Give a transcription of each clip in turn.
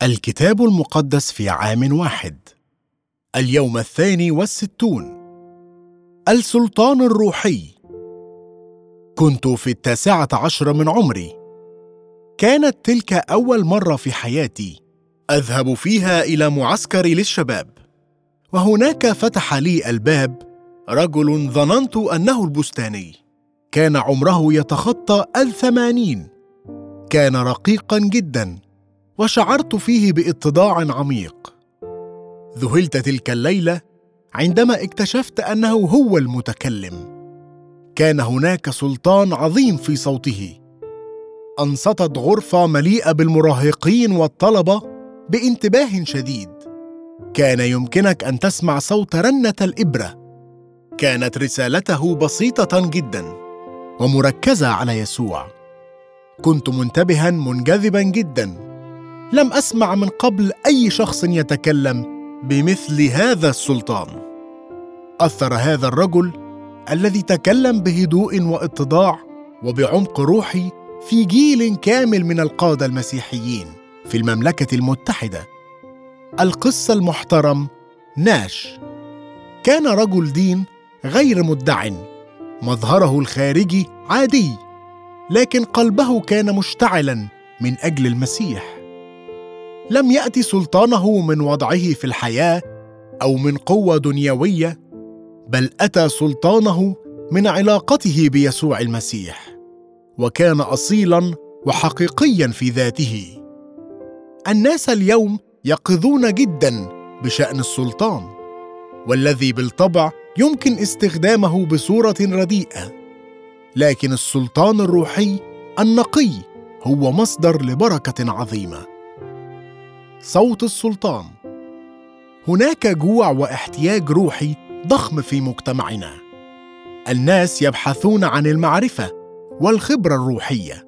الكتاب المقدس في عام واحد. اليوم 62. السلطان الروحي. كنت في 19 من عمري. كانت تلك أول مرة في حياتي أذهب فيها إلى معسكر للشباب، وهناك فتح لي الباب رجل ظننت أنه البستاني. كان عمره يتخطى 80. كان رقيقا جدا، وشعرت فيه باتضاع عميق. ذهلت تلك الليلة عندما اكتشفت أنه هو المتكلم. كان هناك سلطان عظيم في صوته. أنصتت غرفة مليئة بالمراهقين والطلبة بانتباه شديد. كان يمكنك أن تسمع صوت رنة الإبرة. كانت رسالته بسيطة جدا ومركزة على يسوع. كنت منتبها منجذبا جدا. لم أسمع من قبل أي شخص يتكلم بمثل هذا السلطان. أثر هذا الرجل الذي تكلم بهدوء واتضاع وبعمق روحي في جيل كامل من القادة المسيحيين في المملكة المتحدة. القس المحترم ناش كان رجل دين غير مدع. مظهره الخارجي عادي، لكن قلبه كان مشتعلا من أجل المسيح. لم يأتي سلطانه من وضعه في الحياة أو من قوة دنيوية، بل أتى سلطانه من علاقته بيسوع المسيح، وكان أصيلاً وحقيقياً في ذاته. الناس اليوم يقظون جداً بشأن السلطان، والذي بالطبع يمكن استخدامه بصورة رديئة، لكن السلطان الروحي النقي هو مصدر لبركة عظيمة. صوت السلطان. هناك جوع واحتياج روحي ضخم في مجتمعنا. الناس يبحثون عن المعرفة والخبرة الروحية.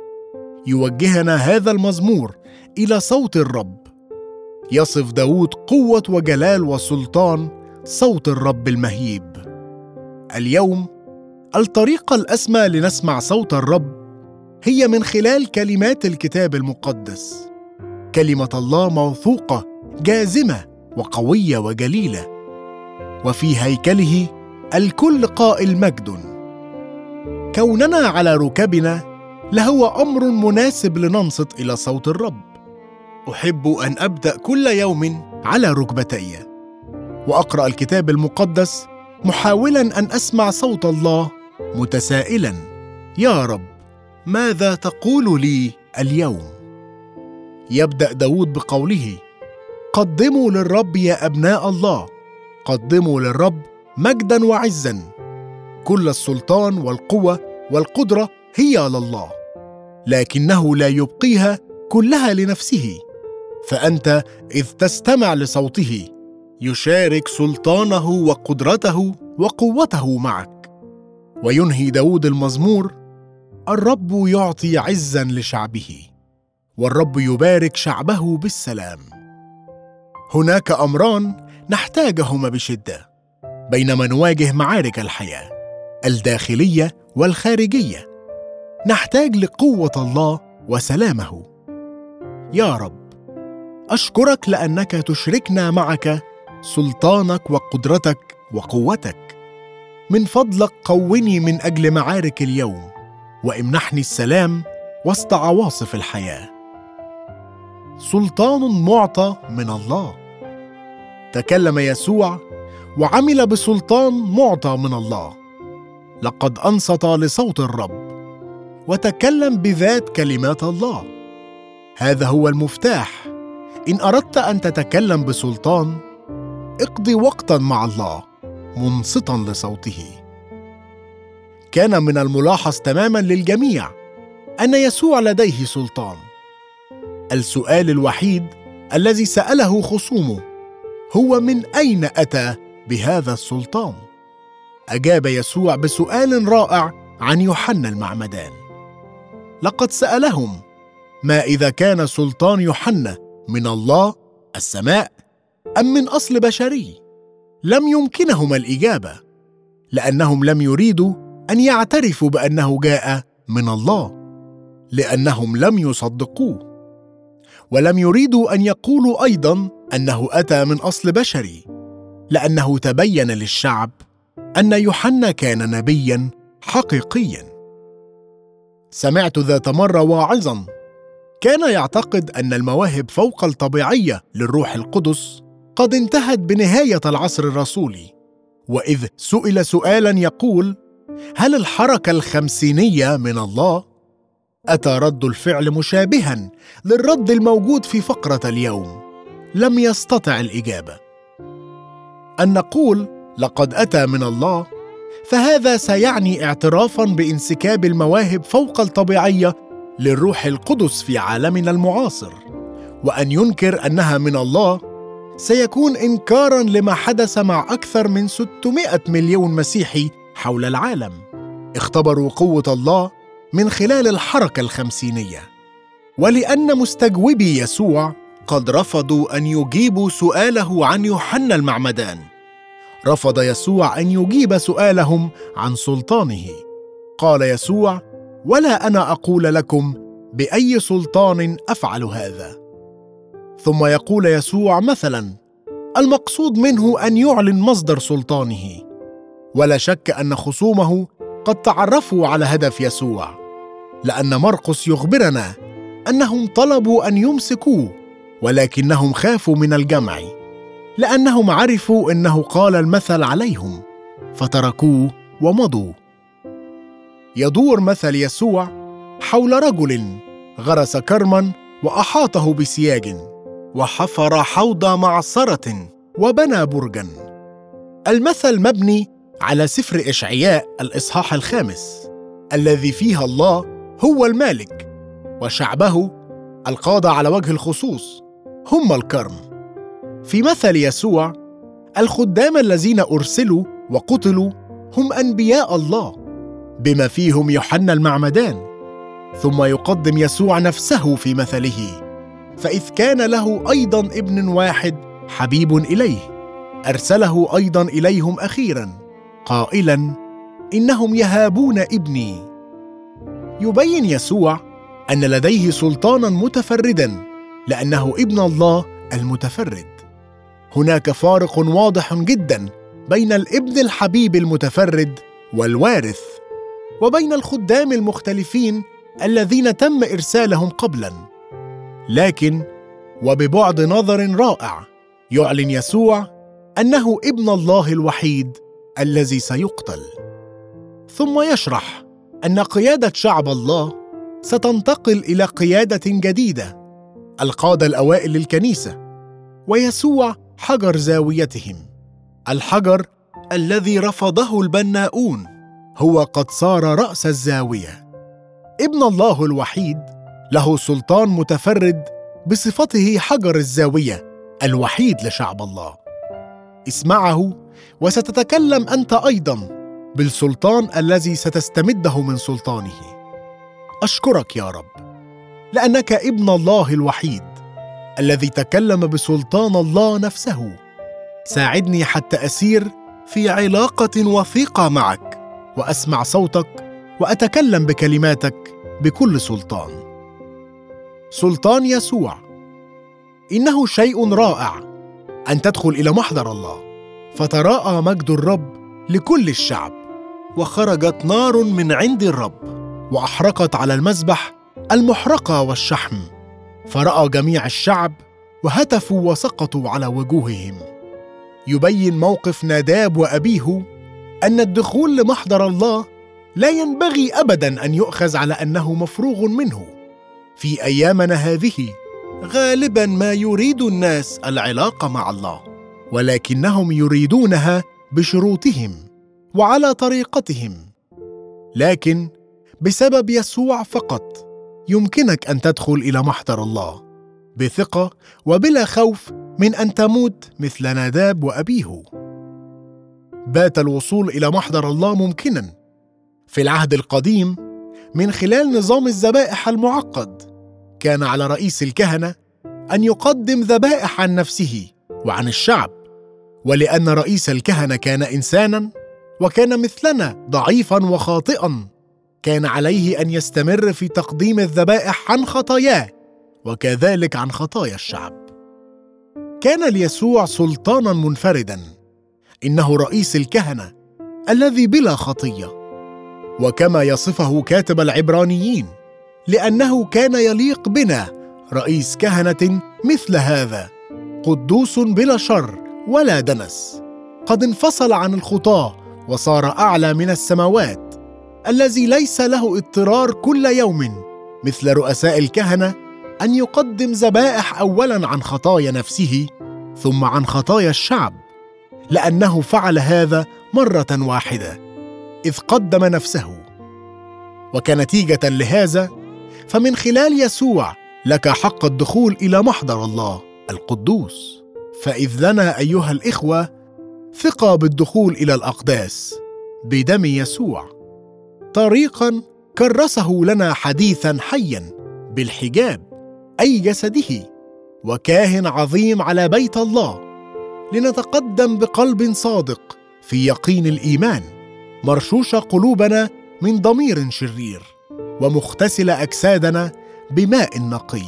يوجهنا هذا المزمور إلى صوت الرب. يصف داود قوة وجلال وسلطان صوت الرب المهيب. اليوم الطريقة الأسمى لنسمع صوت الرب هي من خلال كلمات الكتاب المقدس. كلمة الله موثوقة، جازمة وقوية وجليلة، وفي هيكله الكل قائل مجد. كوننا على ركبنا لهو أمر مناسب لننصت إلى صوت الرب. أحب أن أبدأ كل يوم على ركبتي وأقرأ الكتاب المقدس، محاولا أن أسمع صوت الله، متسائلا: يا رب، ماذا تقول لي اليوم؟ يبدأ داود بقوله: قدموا للرب يا أبناء الله، قدموا للرب مجدا وعزا. كل السلطان والقوة والقدرة هي لله، لكنه لا يبقيها كلها لنفسه. فأنت إذ تستمع لصوته يشارك سلطانه وقدرته وقوته معك. وينهي داود المزمور: الرب يعطي عزا لشعبه، والرب يبارك شعبه بالسلام. هناك أمران نحتاجهما بشدة بينما نواجه معارك الحياة الداخلية والخارجية. نحتاج لقوة الله وسلامه. يا رب، أشكرك لأنك تشركنا معك سلطانك وقدرتك وقوتك. من فضلك قوني من أجل معارك اليوم، وامنحني السلام وسط عواصف الحياة. سلطان معطى من الله. تكلم يسوع وعمل بسلطان معطى من الله. لقد أنصت لصوت الرب وتكلم بذات كلمات الله. هذا هو المفتاح. إن أردت أن تتكلم بسلطان، اقضي وقتا مع الله منصتا لصوته. كان من الملاحظ تماما للجميع أن يسوع لديه سلطان. السؤال الوحيد الذي سأله خصومه هو: من أين أتى بهذا السلطان؟ أجاب يسوع بسؤال رائع عن يوحنا المعمدان. لقد سألهم: ما إذا كان سلطان يوحنا من الله السماء أم من أصل بشري؟ لم يمكنهما الإجابة، لأنهم لم يريدوا أن يعترفوا بأنه جاء من الله، لأنهم لم يصدقوه. ولم يريدوا أن يقولوا أيضاً أنه أتى من أصل بشري، لأنه تبين للشعب أن يوحنا كان نبياً حقيقياً. سمعت ذات مرة واعظاً كان يعتقد أن المواهب فوق الطبيعية للروح القدس قد انتهت بنهاية العصر الرسولي، وإذ سئل سؤالاً يقول: هل الحركة الخمسينية من الله؟ أتى رد الفعل مشابهاً للرد الموجود في فقرة اليوم. لم يستطع الإجابة. أن نقول لقد أتى من الله، فهذا سيعني اعترافاً بانسكاب المواهب فوق الطبيعية للروح القدس في عالمنا المعاصر، وأن ينكر أنها من الله سيكون إنكاراً لما حدث مع أكثر من 600 مليون مسيحي حول العالم اختبروا قوة الله من خلال الحركة الخمسينية. ولأن مستجوبي يسوع قد رفضوا أن يجيبوا سؤاله عن يوحنا المعمدان، رفض يسوع أن يجيب سؤالهم عن سلطانه. قال يسوع: ولا أنا أقول لكم بأي سلطان أفعل هذا. ثم يقول يسوع مثلاً المقصود منه أن يعلن مصدر سلطانه. ولا شك أن خصومه قد تعرفوا على هدف يسوع، لأن مرقس يخبرنا أنهم طلبوا أن يمسكوه، ولكنهم خافوا من الجمع، لأنهم عرفوا أنه قال المثل عليهم، فتركوه ومضوا. يدور مثل يسوع حول رجل غرس كرماً وأحاطه بسياج، وحفر حوض معصرة وبنى برجاً. المثل مبني على سفر إشعياء الإصحاح 5 الذي فيها الله هو المالك، وشعبه القادة على وجه الخصوص هم الكرم. في مثل يسوع الخدام الذين أرسلوا وقتلوا هم أنبياء الله، بما فيهم يوحنا المعمدان. ثم يقدم يسوع نفسه في مثله، فإذ كان له أيضا ابن واحد حبيب إليه أرسله أيضا إليهم أخيرا قائلا: إنهم يهابون ابني. يبين يسوع أن لديه سلطانا متفردا لأنه ابن الله المتفرد. هناك فارق واضح جدا بين الابن الحبيب المتفرد والوارث، وبين الخدام المختلفين الذين تم إرسالهم قبلا. لكن وببعد نظر رائع يعلن يسوع أنه ابن الله الوحيد الذي سيقتل. ثم يشرح أن قيادة شعب الله ستنتقل إلى قيادة جديدة، القادة الأوائل للكنيسة، ويسوع حجر زاويتهم. الحجر الذي رفضه البناؤون هو قد صار رأس الزاوية. ابن الله الوحيد له سلطان متفرد بصفته حجر الزاوية الوحيد لشعب الله. اسمعه وستتكلم أنت أيضا بالسلطان الذي ستستمده من سلطانه. أشكرك يا رب لأنك ابن الله الوحيد الذي تكلم بسلطان الله نفسه. ساعدني حتى أسير في علاقة وثيقة معك، وأسمع صوتك وأتكلم بكلماتك بكل سلطان. سلطان يسوع. إنه شيء رائع أن تدخل إلى محضر الله فتراءى مجد الرب لكل الشعب، وخرجت نار من عند الرب وأحرقت على المذبح المحرقة والشحم، فرأى جميع الشعب وهتفوا وسقطوا على وجوههم. يبين موقف ناداب وأبيه أن الدخول لمحضر الله لا ينبغي أبداً أن يؤخذ على أنه مفروغ منه. في أيامنا هذه غالباً ما يريد الناس العلاقة مع الله، ولكنهم يريدونها بشروطهم وعلى طريقتهم. لكن بسبب يسوع فقط يمكنك أن تدخل إلى محضر الله بثقة وبلا خوف من أن تموت مثل ناداب وأبيه. بات الوصول إلى محضر الله ممكناً في العهد القديم من خلال نظام الذبائح المعقد. كان على رئيس الكهنة أن يقدم ذبائح عن نفسه وعن الشعب، ولأن رئيس الكهنة كان إنساناً وكان مثلنا ضعيفاً وخاطئاً، كان عليه أن يستمر في تقديم الذبائح عن خطاياه وكذلك عن خطايا الشعب. كان ليسوع سلطاناً منفرداً، إنه رئيس الكهنة الذي بلا خطية، وكما يصفه كاتب العبرانيين: لأنه كان يليق بنا رئيس كهنة مثل هذا، قدوس بلا شر ولا دنس، قد انفصل عن الخطاة وصار أعلى من السماوات، الذي ليس له اضطرار كل يوم مثل رؤساء الكهنة أن يقدم ذبائح أولاً عن خطايا نفسه ثم عن خطايا الشعب، لأنه فعل هذا مرة واحدة إذ قدم نفسه. وكنتيجة لهذا فمن خلال يسوع لك حق الدخول إلى محضر الله القدوس. فإذ لنا أيها الإخوة ثقة بالدخول إلى الأقداس بدم يسوع، طريقاً كرسه لنا حديثاً حياً بالحجاب أي جسده، وكاهن عظيم على بيت الله، لنتقدم بقلب صادق في يقين الإيمان، مرشوش قلوبنا من ضمير شرير، ومغتسل أجسادنا بماء نقي.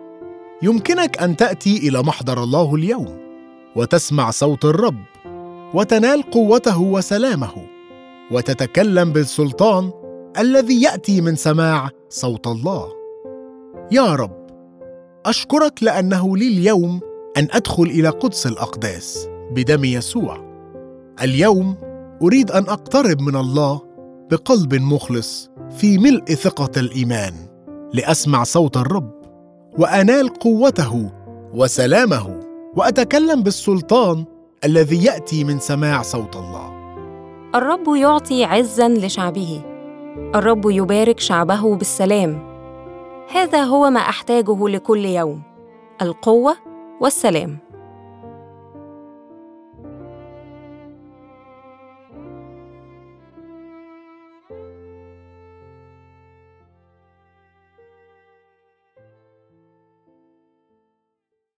يمكنك أن تأتي إلى محضر الله اليوم وتسمع صوت الرب وتنال قوته وسلامه، وتتكلم بالسلطان الذي يأتي من سماع صوت الله. يا رب، أشكرك لأنه لي اليوم أن أدخل إلى قدس الأقداس بدم يسوع. اليوم أريد أن أقترب من الله بقلب مخلص في ملء ثقة الإيمان، لأسمع صوت الرب وأنال قوته وسلامه، وأتكلم بالسلطان الذي يأتي من سماع صوت الله. الرب يعطي عزاً لشعبه، الرب يبارك شعبه بالسلام. هذا هو ما أحتاجه لكل يوم: القوة والسلام.